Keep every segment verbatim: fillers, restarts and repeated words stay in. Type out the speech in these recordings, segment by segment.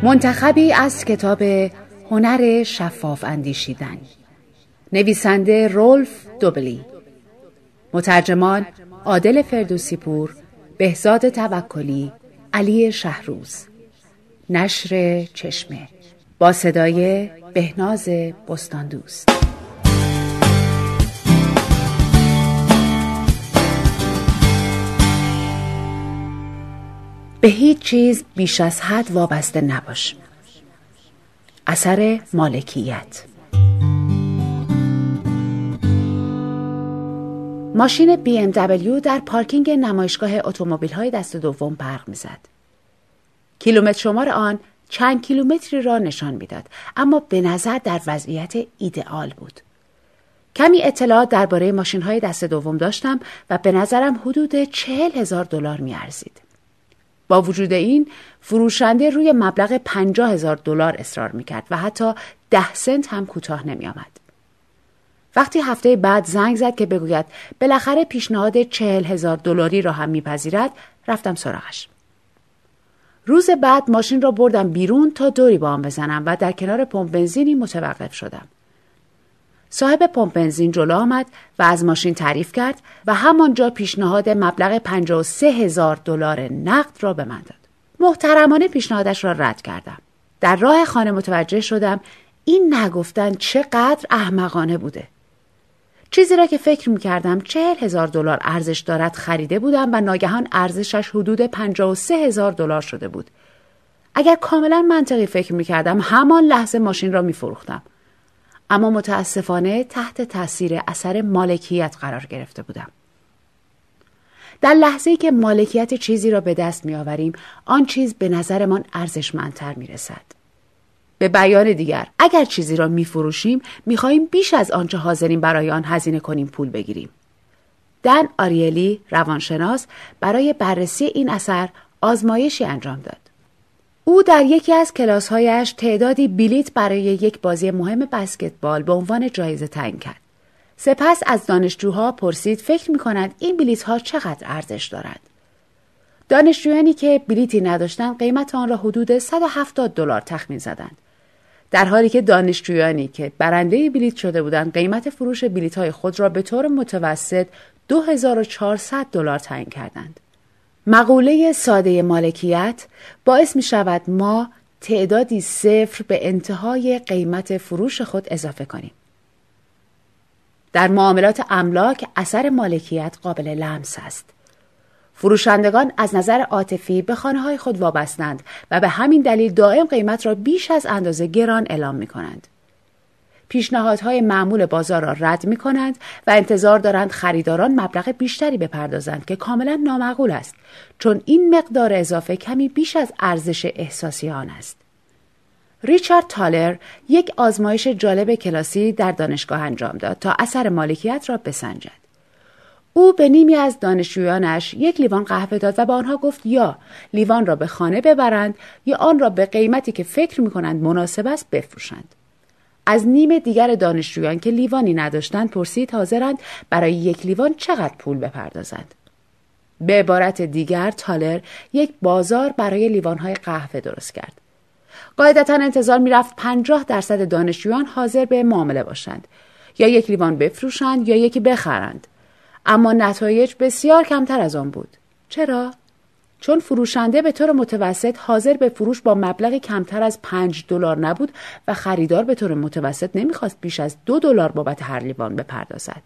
منتخبی از کتاب هنر شفاف اندیشیدن، نویسنده رولف دوبلی، مترجمان عادل فردوسی پور، بهزاد توکلی، علی شهروز، نشر چشمه، با صدای بهناز بستاندوست. به هیچ چیز بیش از حد وابسته نباش. اثر مالکیت. ماشین بی ام دبلیو در پارکینگ نمایشگاه اتومبیل‌های دست دوم برق می‌زد. کیلومتر شمار آن چند کیلومتری را نشان می‌داد، اما به نظر در وضعیت ایدئال بود. کمی اطلاعات درباره ماشین‌های دست دوم داشتم و به نظرم حدود چهل هزار دلار می‌ارزید. با وجود این، فروشنده روی مبلغ پنجاه هزار دلار اصرار می‌کرد و حتی ده سنت هم کوتاه نمی‌آمد. وقتی هفته بعد زنگ زد که بگوید بالاخره پیشنهاد چهل هزار دلاری را هم میپذیرد، رفتم سراغش. روز بعد ماشین را بردم بیرون تا دوری با آن بزنم و در کنار پمپ بنزینی متوقف شدم. صاحب پمپ بنزین جلو آمد و از ماشین تعریف کرد و همانجا پیشنهاد مبلغ پنجاه و سه هزار دلار نقد را به من داد. محترمانه پیشنهادش را رد کردم. در راه خانه متوجه شدم این نگفتن چقدر احمقانه بوده. چیزی را که فکر می‌کردم چهل هزار دلار ارزش دارد خریده بودم و ناگهان ارزشش حدود پنجاه و سه هزار دلار شده بود. اگر کاملا منطقی فکر می‌کردم همان لحظه ماشین را می‌فروختم. اما متاسفانه تحت تاثیر اثر مالکیت قرار گرفته بودم. در لحظه‌ای که مالکیت چیزی را به دست می‌آوریم، آن چیز به نظرمان ارزشمندتر می‌رسد. به بیان دیگر، اگر چیزی را می‌فروشیم، می‌خواهیم بیش از آنچه حاضریم برای آن هزینه کنیم پول بگیریم. دن آریلی، روانشناس، برای بررسی این اثر آزمایشی انجام داد. او در یکی از کلاس‌هایش تعدادی بلیت برای یک بازی مهم بسکتبال به عنوان جایزه تعیین کرد. سپس از دانشجوها پرسید فکر می‌کنند این بلیت‌ها چقدر ارزش دارند. دانشجویانی که بلیتی نداشتند قیمت آن را حدود صد و هفتاد دلار تخمین زدند. در حالی که دانشجویانی که برنده بلیت شده بودند قیمت فروش بلیت‌های خود را به طور متوسط دو هزار و چهارصد دلار تعیین کردند. مقوله ساده مالکیت باعث می شود ما تعدادی صفر به انتهای قیمت فروش خود اضافه کنیم. در معاملات املاک اثر مالکیت قابل لمس است. فروشندگان از نظر عاطفی به خانه‌های خود وابستند و به همین دلیل دائم قیمت را بیش از اندازه گران اعلام می کنند. پیشنهادهای معمول بازار را رد می کنند و انتظار دارند خریداران مبلغ بیشتری بپردازند که کاملا نامعقول است، چون این مقدار اضافه کمی بیش از ارزش احساسی آن است. ریچارد تالر یک آزمایش جالب کلاسی در دانشگاه انجام داد تا اثر مالکیت را بسنجد. او به نیمی از دانشجویانش یک لیوان قهوه داد و به آنها گفت یا لیوان را به خانه ببرند یا آن را به قیمتی که فکر می‌کنند مناسب است بفروشند. از نیم دیگر دانشجویان که لیوانی نداشتند پرسید حاضرند برای یک لیوان چقدر پول بپردازند. به عبارت دیگر تالر یک بازار برای لیوان‌های قهوه درست کرد. قاعدتاً انتظار می‌رفت پنجاه درصد دانشجویان حاضر به معامله باشند، یا یک لیوان بفروشند یا یکی بخرند. اما نتایج بسیار کمتر از آن بود. چرا؟ چون فروشنده به طور متوسط حاضر به فروش با مبلغی کمتر از پنج دلار نبود و خریدار به طور متوسط نمیخواست بیش از دو دلار بابت هر لیوان بپردازد.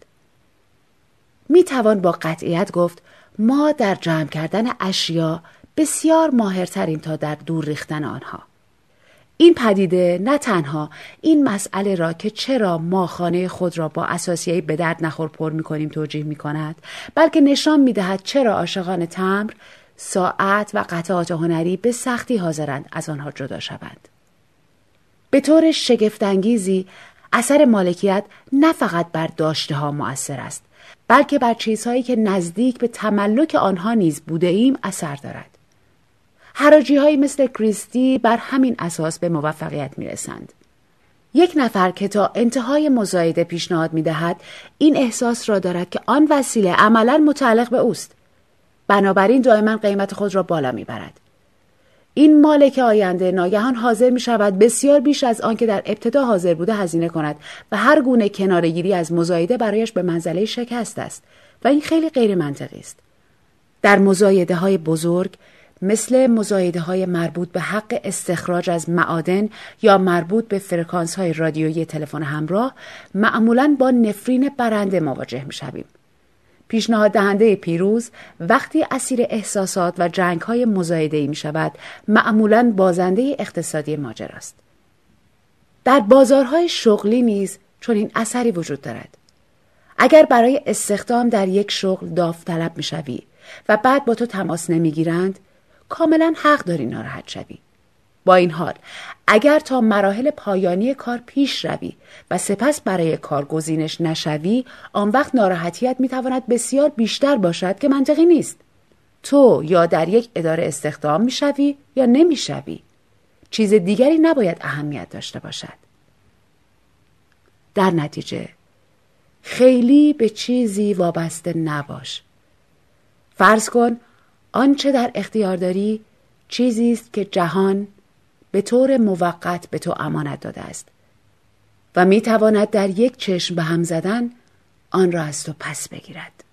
می توان با قطعیت گفت ما در جمع کردن اشیا بسیار ماهرتریم تا در دور ریختن آنها. این پدیده نه تنها این مسئله را که چرا ما خانه خود را با اثاثیه‌ای به درد نخور پر می‌کنیم توجیه می‌کند، بلکه نشان می‌دهد چرا عاشقان تمبر، ساعت و قطعات هنری به سختی حاضرند از آنها جدا شوند. به طور شگفت‌انگیزی اثر مالکیت نه فقط بر داشته‌ها مؤثر است، بلکه بر چیزهایی که نزدیک به تملک آنها نیز بوده ایم اثر دارد. حراجی‌هایی مثل کریستی بر همین اساس به موفقیت می‌رسند. یک نفر که تا انتهای مزایده پیشنهاد می‌دهد این احساس را دارد که آن وسیله عملاً متعلق به اوست. بنابراین دائما قیمت خود را بالا می‌برد. این مالک آینده ناگهان حاضر می شود بسیار بیش از آن که در ابتدا حاضر بوده هزینه کند و هر گونه کناره‌گیری از مزایده برایش به منزله شکست است و این خیلی غیر منطقی است. در مزایده های بزرگ مثل مزایده های مربوط به حق استخراج از معادن یا مربوط به فرکانس های رادیویی تلفن همراه معمولاً با نفرین برنده مواجه می شویم. پیشنهاد دهنده پیروز وقتی اسیر احساسات و جنگ های مزایده‌ای می شود معمولاً بازنده اقتصادی ماجراست. در بازارهای شغلی نیز چون این اثری وجود دارد. اگر برای استخدام در یک شغل داوطلب می شوی و بعد با تو تماس نمی گیرند، کاملا حق داری ناراحت شوی. با این حال اگر تا مراحل پایانی کار پیش روی و سپس برای کار گزینش نشوی، آن وقت ناراحتیت می تواند بسیار بیشتر باشد که منطقی نیست. تو یا در یک اداره استخدام می شوی یا نمی شوی. چیز دیگری نباید اهمیت داشته باشد. در نتیجه خیلی به چیزی وابسته نباش. فرض کن آنچه در اختیار داری چیزی است که جهان به طور موقت به تو امانت داده است و می تواند در یک چشم به هم زدن آن را از تو پس بگیرد.